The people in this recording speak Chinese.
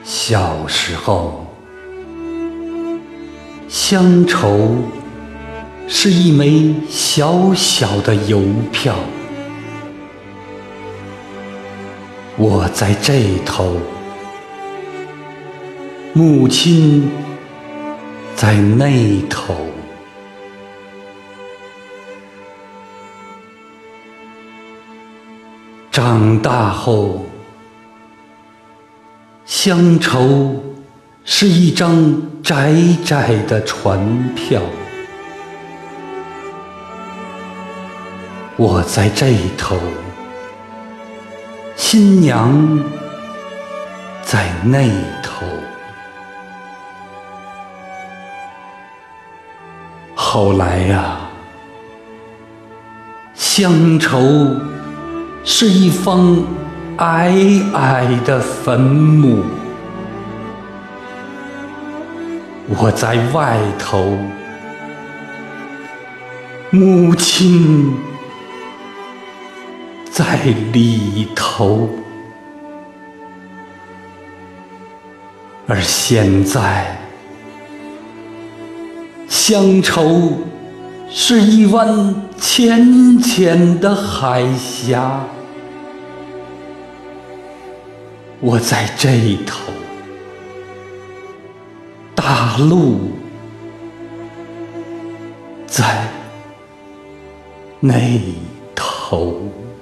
小时候，乡愁是一枚小小的邮票，我在这头，母亲在那头。长大后，乡愁是一张窄窄的船票，我在这头，新娘在那头。后来呀，乡愁是一方矮矮的坟墓，我在外头，母亲在里头。而现在，乡愁是一湾浅浅的海峡，我在这头，大陆在那头。